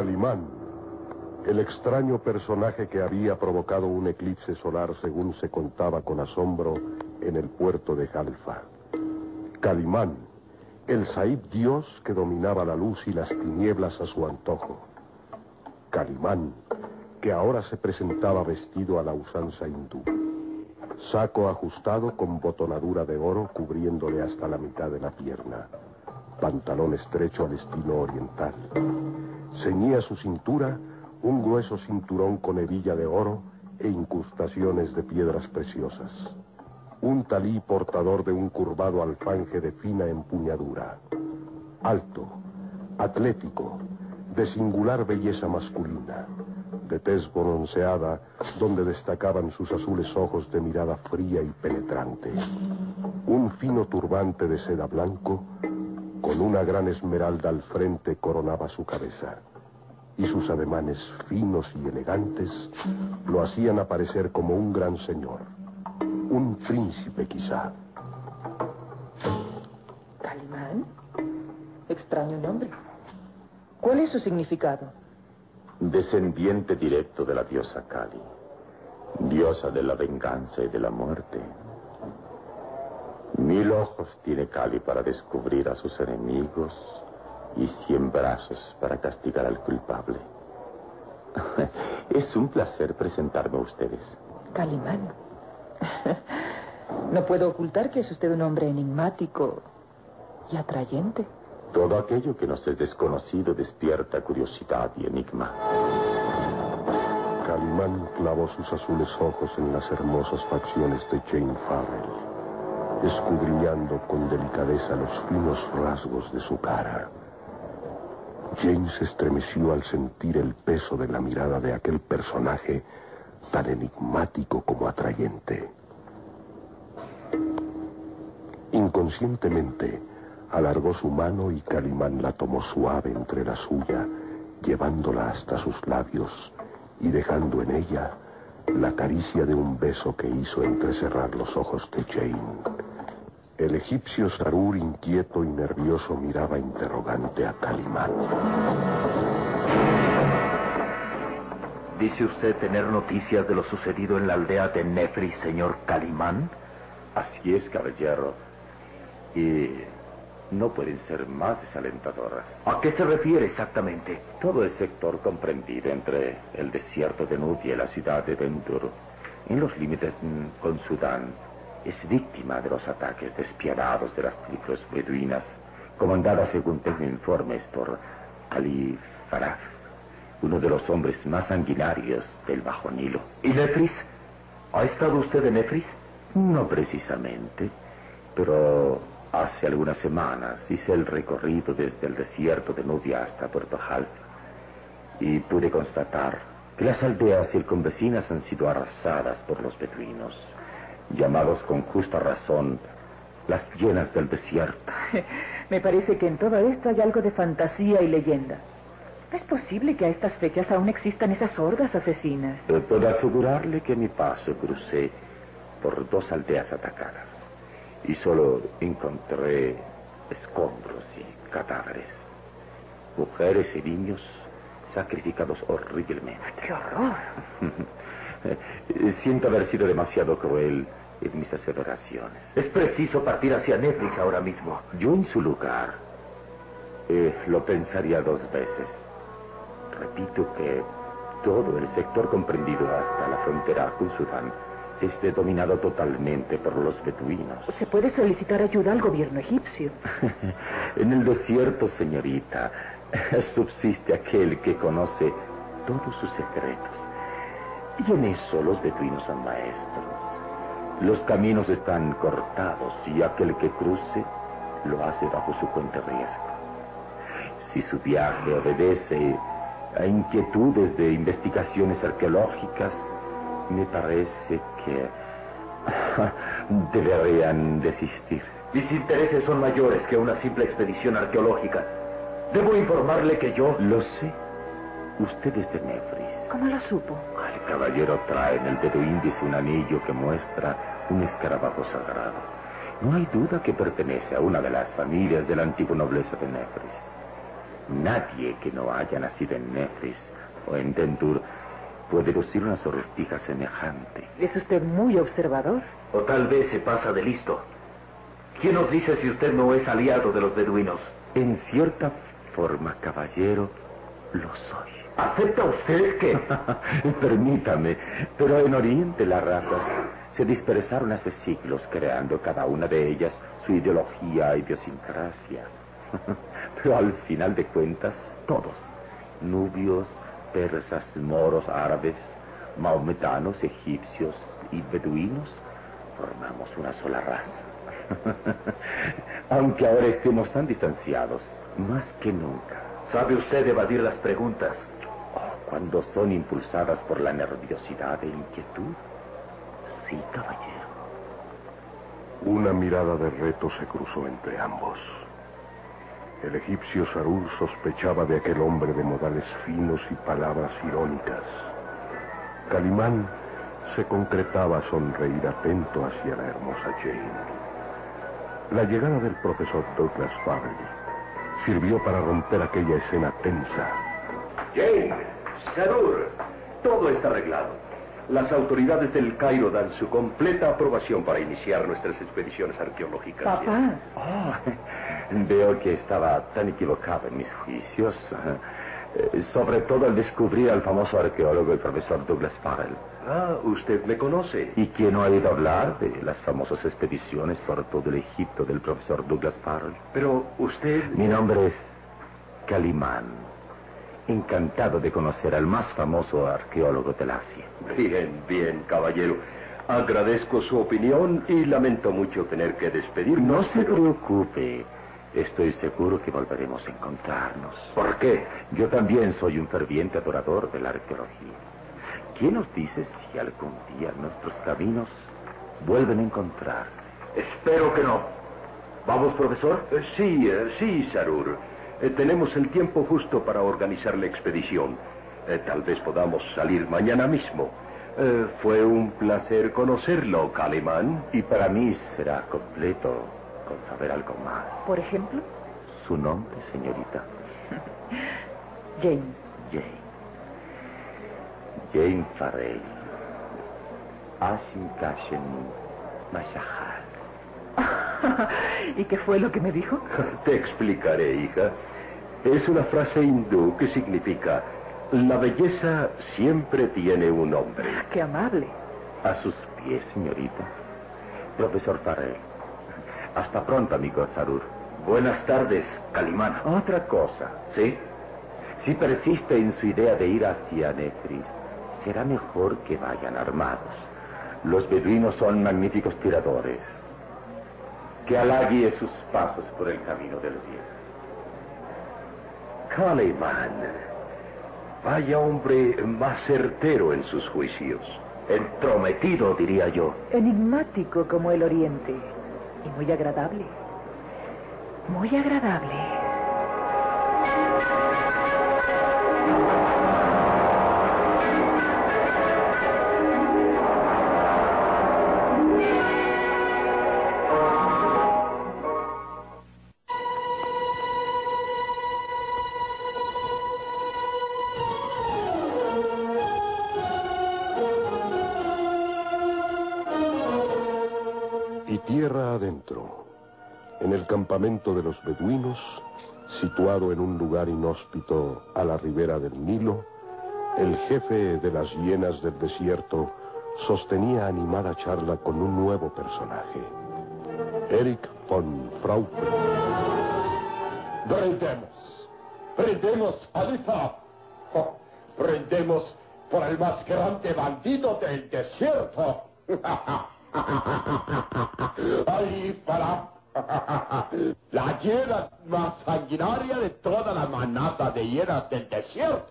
Calimán, el extraño personaje que había provocado un eclipse solar, según se contaba con asombro, en el puerto de Halfa. Calimán, el Saib dios que dominaba la luz y las tinieblas a su antojo. Calimán, que ahora se presentaba vestido a la usanza hindú. Saco ajustado con botonadura de oro cubriéndole hasta la mitad de la pierna. Pantalón estrecho al estilo oriental. Ceñía su cintura un grueso cinturón con hebilla de oro e incrustaciones de piedras preciosas. Un talí portador de un curvado alfanje de fina empuñadura. Alto, atlético, de singular belleza masculina, de tez bronceada, donde destacaban sus azules ojos de mirada fría y penetrante. Un fino turbante de seda blanco, con una gran esmeralda al frente, coronaba su cabeza. Y sus ademanes finos y elegantes lo hacían aparecer como un gran señor. Un príncipe, quizá. ¿Calimán? Extraño nombre. ¿Cuál es su significado? Descendiente directo de la diosa Kali, diosa de la venganza y de la muerte. 1000 ojos tiene Kali para descubrir a sus enemigos y 100 brazos para castigar al culpable. Es un placer presentarme a ustedes. Calimán. No puedo ocultar que es usted un hombre enigmático y atrayente. Todo aquello que nos es desconocido despierta curiosidad y enigma. Calimán clavó sus azules ojos en las hermosas facciones de Jane Farrell, escudriñando con delicadeza los finos rasgos de su cara. Jane se estremeció al sentir el peso de la mirada de aquel personaje tan enigmático como atrayente. Inconscientemente alargó su mano y Calimán la tomó suave entre la suya, llevándola hasta sus labios y dejando en ella la caricia de un beso que hizo entrecerrar los ojos de Jane. El egipcio Sarur, inquieto y nervioso, miraba interrogante a Calimán. ¿Dice usted tener noticias de lo sucedido en la aldea de Nefris, señor Calimán? Así es, caballero. Y no pueden ser más desalentadoras. ¿A qué se refiere exactamente? Todo el sector comprendido entre el desierto de Nubia y la ciudad de Bentur, en los límites con Sudán, es víctima de los ataques despiadados de las tribus beduinas, comandadas, según tengo informes, por Ali Faraf, uno de los hombres más sanguinarios del Bajo Nilo. ¿Y Nefris? ¿Ha estado usted en Nefris? No precisamente, pero hace algunas semanas hice el recorrido desde el desierto de Nubia hasta Puerto Halfa y pude constatar que las aldeas circunvecinas han sido arrasadas por los beduinos, llamados con justa razón las llenas del desierto. Me parece que en todo esto hay algo de fantasía y leyenda. ¿Es posible que a estas fechas aún existan esas hordas asesinas? Puedo asegurarle que a mi paso crucé por 2 aldeas atacadas y solo encontré escombros y cadáveres. Mujeres y niños sacrificados horriblemente. ¡Qué horror! Siento haber sido demasiado cruel en mis aseveraciones. Es preciso partir hacia Nefris ahora mismo. Yo en su lugar lo pensaría 2 veces. Repito que todo el sector comprendido hasta la frontera con Sudán esté dominado totalmente por los beduinos. ¿Se puede solicitar ayuda al gobierno egipcio? En el desierto, señorita, subsiste aquel que conoce todos sus secretos. Y en eso los beduinos son maestros. Los caminos están cortados y aquel que cruce lo hace bajo su cuenta riesgo. Si su viaje obedece a inquietudes de investigaciones arqueológicas, me parece que deberían desistir. Mis intereses son mayores que una simple expedición arqueológica. Debo informarle que yo... Lo sé. Usted es de Nefris. ¿Cómo lo supo? El caballero trae en el dedo índice un anillo que muestra un escarabajo sagrado. No hay duda que pertenece a una de las familias de la antigua nobleza de Nefris. Nadie que no haya nacido en Nefris o en Dendur puede lucir una sortija semejante. Es usted muy observador. O tal vez se pasa de listo. ¿Quién nos dice si usted no es aliado de los beduinos? En cierta forma, caballero, lo soy. ¿Acepta usted que...? Permítame, pero en Oriente las razas se dispersaron hace siglos, creando cada una de ellas su ideología e idiosincrasia. Pero al final de cuentas, todos, nubios, persas, moros, árabes, maometanos, egipcios y beduinos, formamos una sola raza. Aunque ahora estemos tan distanciados, más que nunca. ¿Sabe usted evadir las preguntas? Cuando son impulsadas por la nerviosidad e inquietud. Sí, caballero. Una mirada de reto se cruzó entre ambos. El egipcio Sarur sospechaba de aquel hombre de modales finos y palabras irónicas. Calimán se concretaba a sonreír atento hacia la hermosa Jane. La llegada del profesor Douglas Farrell sirvió para romper aquella escena tensa. Jane, Sarur, todo está arreglado. Las autoridades del Cairo dan su completa aprobación para iniciar nuestras expediciones arqueológicas. Papá. Veo que estaba tan equivocado en mis juicios. Sobre todo al descubrir al famoso arqueólogo, el profesor Douglas Farrell. Ah, usted me conoce. ¿Y quién no ha oído hablar de las famosas expediciones por todo el Egipto del profesor Douglas Farrell? Pero usted... Mi nombre es Calimán. Encantado de conocer al más famoso arqueólogo del Asia. Bien, bien, caballero. Agradezco su opinión y lamento mucho tener que despedirnos. No se preocupe. Estoy seguro que volveremos a encontrarnos. ¿Por qué? Yo también soy un ferviente adorador de la arqueología. ¿Quién nos dice si algún día nuestros caminos vuelven a encontrarse? Espero que no. ¿Vamos, profesor? Sí, Sarur. Tenemos el tiempo justo para organizar la expedición. Tal vez podamos salir mañana mismo. Fue un placer conocerlo, Calimán. Y para mí será completo con saber algo más. ¿Por ejemplo? ¿Su nombre, señorita? Jane. Jane Farrell. Ashim Kashem Mashahal. ¿Y qué fue lo que me dijo? Te explicaré, hija. Es una frase hindú que significa: la belleza siempre tiene un nombre. ¡Qué amable! A sus pies, señorita. Profesor Farrell. Hasta pronto, amigo Sarur. Buenas tardes, Calimán. Otra cosa. ¿Sí? Si persiste en su idea de ir hacia Nefris, será mejor que vayan armados. Los beduinos son magníficos tiradores. Que Alá guíe sus pasos por el camino del bien. Calimán, vaya hombre más certero en sus juicios. Entrometido, diría yo. Enigmático como el Oriente. Y muy agradable. Muy agradable. Y tierra adentro, en el campamento de los beduinos, situado en un lugar inhóspito a la ribera del Nilo, el jefe de las hienas del desierto sostenía animada charla con un nuevo personaje, Erich von Frauchen. ¡Prendemos, Alifa! Oh, ¡prendemos por el más grande bandido del desierto! ¡Alifa! La hiena más sanguinaria de toda la manada de hienas del desierto.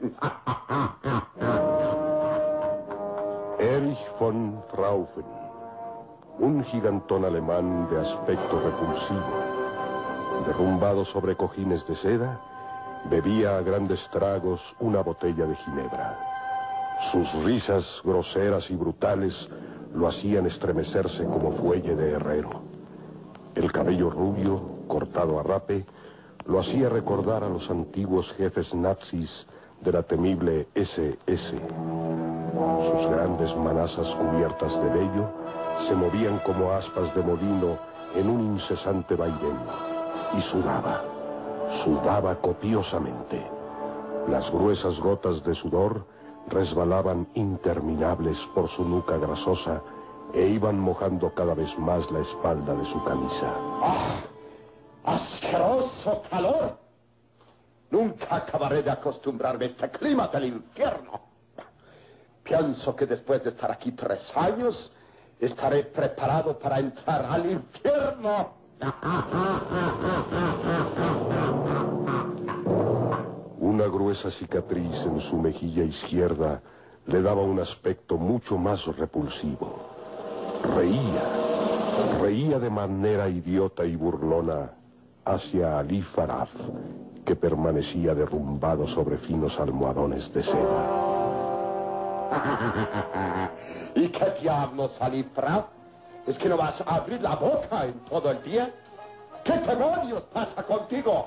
Erich von Frauchen, un gigantón alemán de aspecto repulsivo, derrumbado sobre cojines de seda, bebía a grandes tragos una botella de ginebra. Sus risas groseras y brutales lo hacían estremecerse como fuelle de herrero. El cabello rubio, cortado a rape, lo hacía recordar a los antiguos jefes nazis de la temible SS. Sus grandes manazas cubiertas de vello se movían como aspas de molino en un incesante vaivén. Y sudaba copiosamente. Las gruesas gotas de sudor resbalaban interminables por su nuca grasosa e iban mojando cada vez más la espalda de su camisa. ¡Ah! ¡Asqueroso calor! Nunca acabaré de acostumbrarme a este clima del infierno. Pienso que después de estar aquí 3 años, estaré preparado para entrar al infierno. Una gruesa cicatriz en su mejilla izquierda le daba un aspecto mucho más repulsivo. Reía de manera idiota y burlona hacia Ali Faraj, que permanecía derrumbado sobre finos almohadones de seda. ¿Y qué diablos, Ali Faraj? ¿Es que no vas a abrir la boca en todo el día? ¿Qué demonios pasa contigo?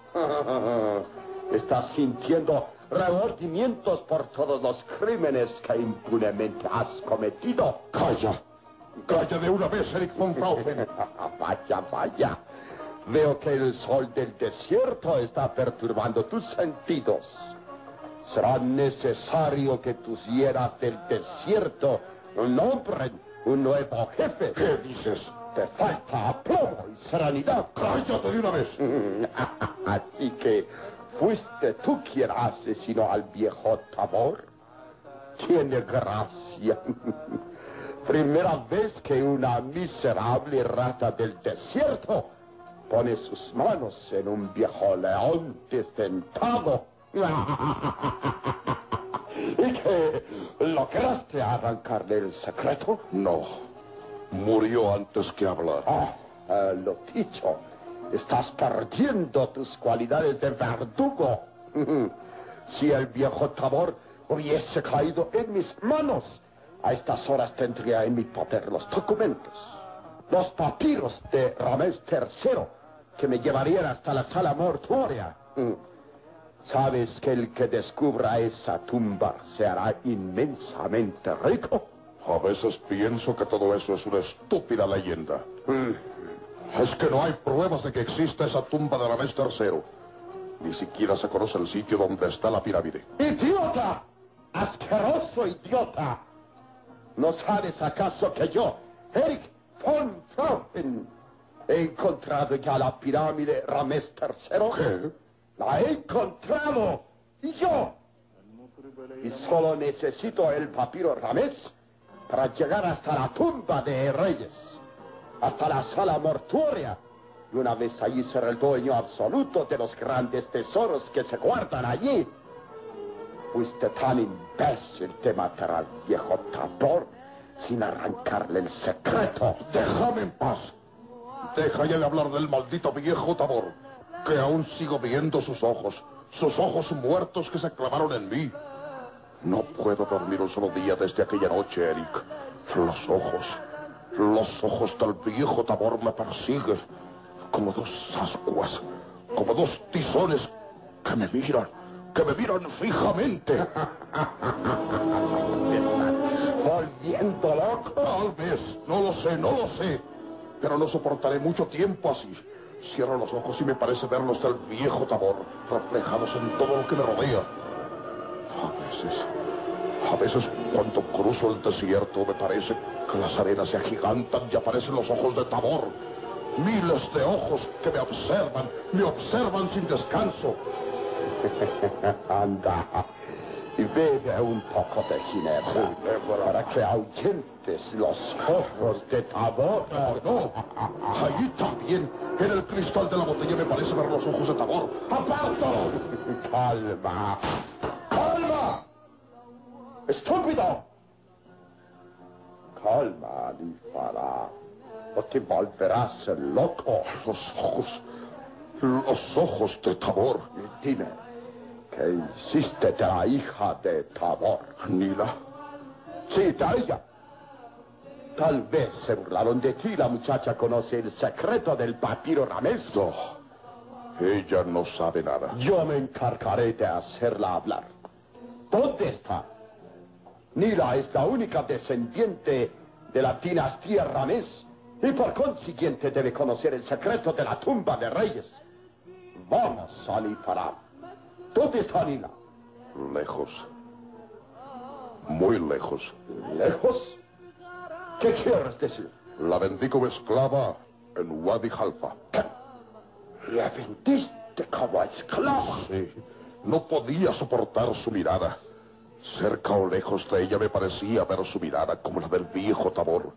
Estás sintiendo remordimientos por todos los crímenes que impunemente has cometido. ¡Calla! ¡Calla de una vez, Erich von Frauchen! Vaya. Veo que el sol del desierto está perturbando tus sentidos. Será necesario que tus hieras del desierto nombren un nuevo jefe. ¿Qué dices? Te falta aplomo y serenidad. ¡Cállate de una vez! Así que, ¿fuiste tú quien asesinó al viejo Tabor? Tiene gracia. Primera vez que una miserable rata del desierto pone sus manos en un viejo león desdentado. ¿Y qué? ¿Lograste arrancarle el secreto? No. Murió antes que hablar. Lo dicho. Estás perdiendo tus cualidades de verdugo. Si el viejo Tabor hubiese caído en mis manos, a estas horas tendría en mi poder los documentos, los papiros de Ramés III, que me llevarían hasta la sala mortuoria. ¿Sabes que el que descubra esa tumba se hará inmensamente rico? A veces pienso que todo eso es una estúpida leyenda. Es que no hay pruebas de que exista esa tumba de Ramés III. Ni siquiera se conoce el sitio donde está la pirámide. ¡Idiota! ¡Asqueroso idiota! ¿No sabes acaso que yo, Erich von Frauchen, he encontrado ya la pirámide Ramés III? ¿Qué? ¡La he encontrado! ¡Y yo! Y solo necesito el papiro Ramés para llegar hasta la tumba de reyes, hasta la sala mortuoria. Y una vez allí será el dueño absoluto de los grandes tesoros que se guardan allí. Fuiste tan imbécil de matar al viejo Tabor sin arrancarle el secreto. Déjame en paz. Deja ya de hablar del maldito viejo Tabor, que aún sigo viendo sus ojos muertos que se clavaron en mí. No puedo dormir un solo día desde aquella noche, Erich. Los ojos del viejo Tabor me persiguen como 2 ascuas, como 2 tizones que me miran fijamente. ¿Volviendo loco? Tal vez, no lo sé, pero no soportaré mucho tiempo así. Cierro los ojos y me parece verlos del viejo Tabor reflejados en todo lo que me rodea. A veces cuando cruzo el desierto me parece que las arenas se agigantan y aparecen los ojos de Tabor. Miles de ojos que me observan sin descanso. Anda, y bebe un poco de ginebra para que ahuyentes los ojos de Tabor. No, ahí también, en el cristal de la botella me parece ver los ojos de Tabor. ¡Aparto! ¡Calma! ¡Estúpido! Calma, Ali Faraj, o te volverás loco. Los ojos de Tabor. Dime, ¿qué hiciste de la hija de Tabor? ¿Nila? Sí, de ella. Tal vez se burlaron de ti. La muchacha conoce el secreto del papiro Ramés. No. Ella no sabe nada. Yo me encargaré de hacerla hablar. ¿Dónde está? Nila es la única descendiente de la dinastía Ramés y por consiguiente debe conocer el secreto de la tumba de reyes. Vamos, Ali Farah. ¿Dónde está Nila? Lejos. Muy lejos. ¿Lejos? ¿Qué quieres decir? La vendí como esclava en Wadi Halfa. ¿Qué? ¿La vendiste como esclava? Sí. No podía soportar su mirada. Cerca o lejos de ella me parecía ver su mirada como la del viejo Tabor.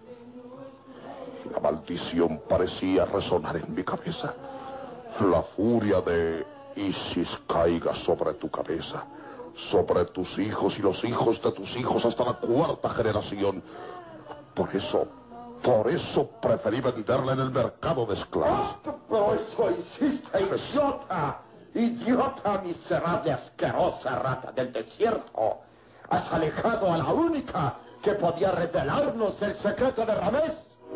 La maldición parecía resonar en mi cabeza. La furia de Isis caiga sobre tu cabeza, sobre tus hijos y los hijos de tus hijos hasta la 4ª generación. Por eso preferí venderla en el mercado de esclavos. Pero eso hiciste, idiota. Idiota, miserable, asquerosa rata del desierto. Has alejado a la única que podía revelarnos el secreto de Ramés.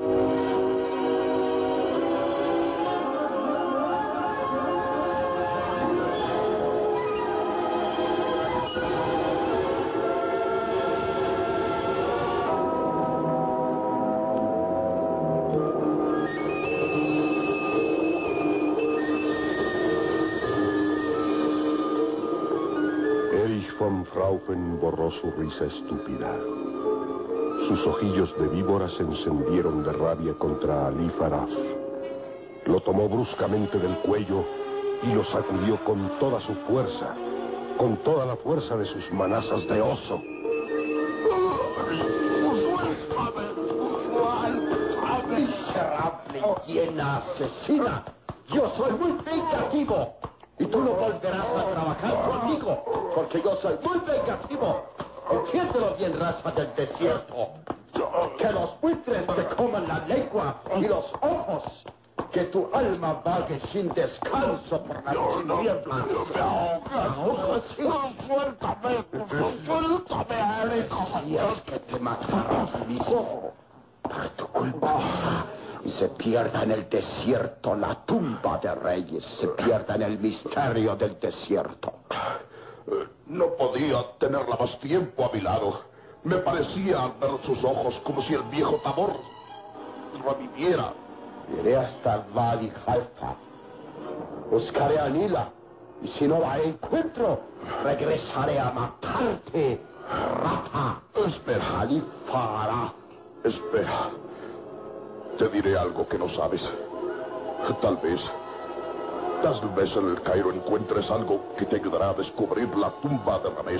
Von Fraufen borró su risa estúpida. Sus ojillos de víbora se encendieron de rabia contra Ali Farah. Lo tomó bruscamente del cuello y lo sacudió con toda su fuerza, con toda la fuerza de sus manazas de oso. Miserable, hiena asesina. Yo soy muy vengativo. Y tú no volverás a trabajar conmigo, porque yo soy muy vengativo. Entiéndelo bien, raza del desierto. Que los buitres te coman la lengua y los ojos. Que tu alma vague sin descanso por la tiniebla. Suéltame, si es que te mataron mi hijo. Por tu culpa. Y se pierda en el desierto la tumba de reyes, se pierda en el misterio del desierto. No podía tenerla más tiempo a mi lado. Me parecía al ver sus ojos como si el viejo Tabor reviviera. Iré hasta Wadi Halfa. Buscaré a Nila. Y si no la encuentro, regresaré a matarte, rata. Espera. Ali Farah. Espera. Te diré algo que no sabes. Tal vez en el Cairo encuentres algo que te ayudará a descubrir la tumba de Ramés.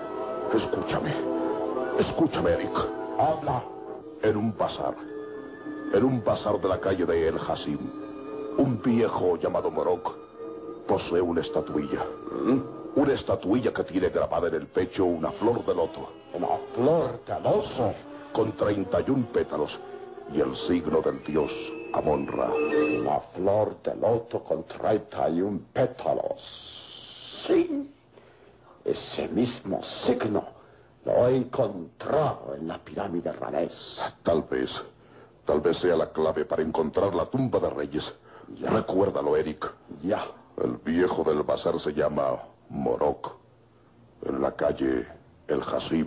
Escúchame, Eric. Habla. En un bazar de la calle de El Hasim, un viejo llamado Morok posee una estatuilla. Una estatuilla que tiene grabada en el pecho una flor de loto. Una flor de loto. Con 31 pétalos. Y el signo del dios Amon-Ra. Una flor de loto con 31 pétalos. Sí, ese mismo signo lo he encontrado en la pirámide Ramés. Tal vez sea la clave para encontrar la tumba de reyes. Ya. Recuérdalo, Eric. Ya. El viejo del bazar se llama Morok. En la calle El Hasim.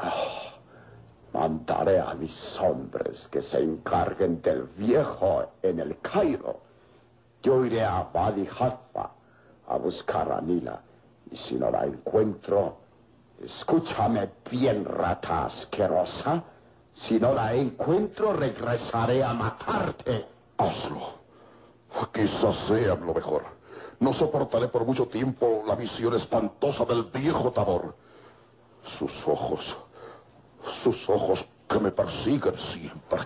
Mandaré a mis hombres que se encarguen del viejo en el Cairo. Yo iré a Wadi Halfa a buscar a Nila. Y si no la encuentro, escúchame bien, rata asquerosa. Si no la encuentro, regresaré a matarte. Hazlo. Quizás sea lo mejor. No soportaré por mucho tiempo la visión espantosa del viejo Tabor. Sus ojos que me persiguen siempre,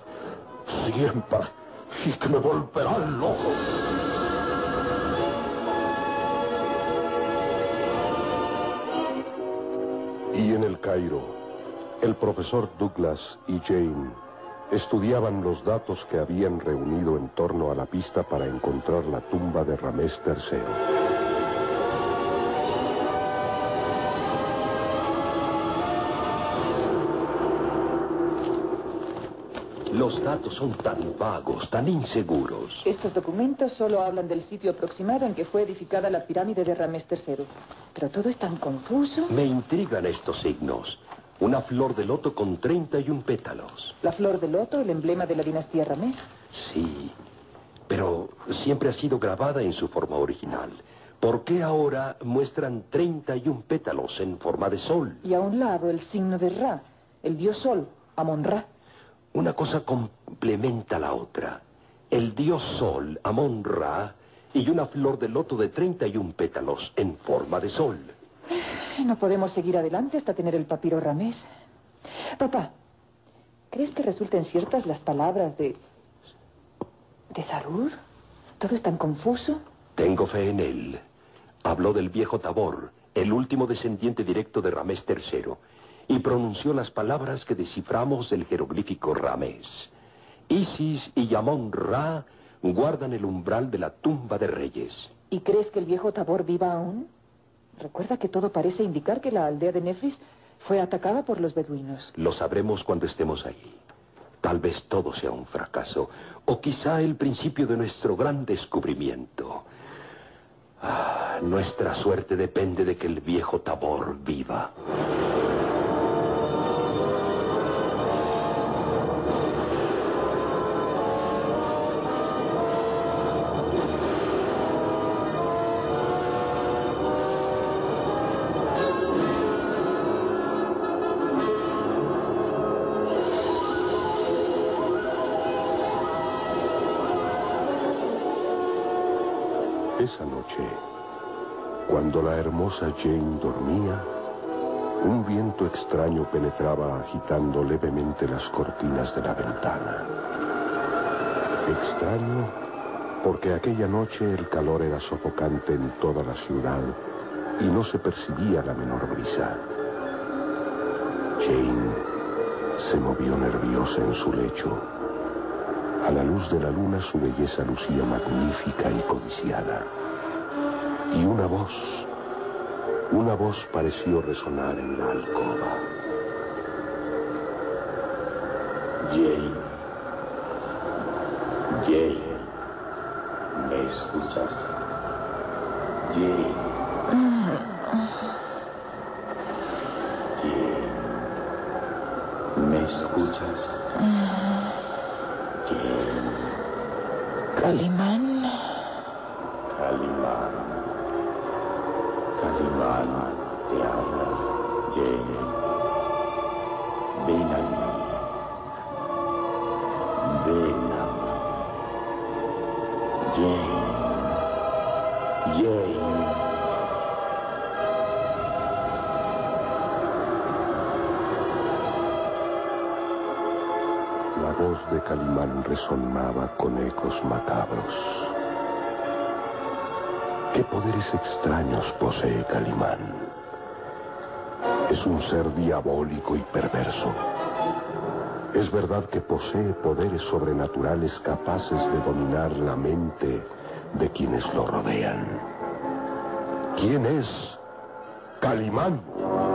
y que me volverán loco. Y en el Cairo, el profesor Douglas y Jane estudiaban los datos que habían reunido en torno a la pista para encontrar la tumba de Ramés III. Los datos son tan vagos, tan inseguros. Estos documentos solo hablan del sitio aproximado en que fue edificada la pirámide de Ramés III. Pero todo es tan confuso. Me intrigan estos signos. Una flor de loto con 31 pétalos. La flor de loto, el emblema de la dinastía Ramés. Sí, pero siempre ha sido grabada en su forma original. ¿Por qué ahora muestran 31 pétalos en forma de sol? Y a un lado el signo de Ra, el dios sol, Amon-Ra. Una cosa complementa la otra. El dios sol, Amon-Ra, y una flor de loto de 31 pétalos en forma de sol. No podemos seguir adelante hasta tener el papiro Ramés. Papá, ¿crees que resulten ciertas las palabras de Sarur? ¿Todo es tan confuso? Tengo fe en él. Habló del viejo Tabor, el último descendiente directo de Ramés III, y pronunció las palabras que desciframos del jeroglífico Ramés. Isis y Amon-Ra guardan el umbral de la tumba de reyes. ¿Y crees que el viejo Tabor viva aún? Recuerda que todo parece indicar que la aldea de Nefris fue atacada por los beduinos. Lo sabremos cuando estemos allí. Tal vez todo sea un fracaso, o quizá el principio de nuestro gran descubrimiento. Nuestra suerte depende de que el viejo Tabor viva. Esa noche, cuando la hermosa Jane dormía, un viento extraño penetraba agitando levemente las cortinas de la ventana. Extraño porque aquella noche el calor era sofocante en toda la ciudad y no se percibía la menor brisa. Jane se movió nerviosa en su lecho. A la luz de la luna su belleza lucía magnífica y codiciada. Y una voz pareció resonar en la alcoba. Jane, ¿me escuchas? Jane, ¿me escuchas? Calimán. Calimán, te habla, Jane. Ven a mí. Ven a mí. Jane. La voz de Calimán resonaba con ecos macabros. ¿Qué poderes extraños posee Calimán? Es un ser diabólico y perverso. Es verdad que posee poderes sobrenaturales capaces de dominar la mente de quienes lo rodean. ¿Quién es Calimán?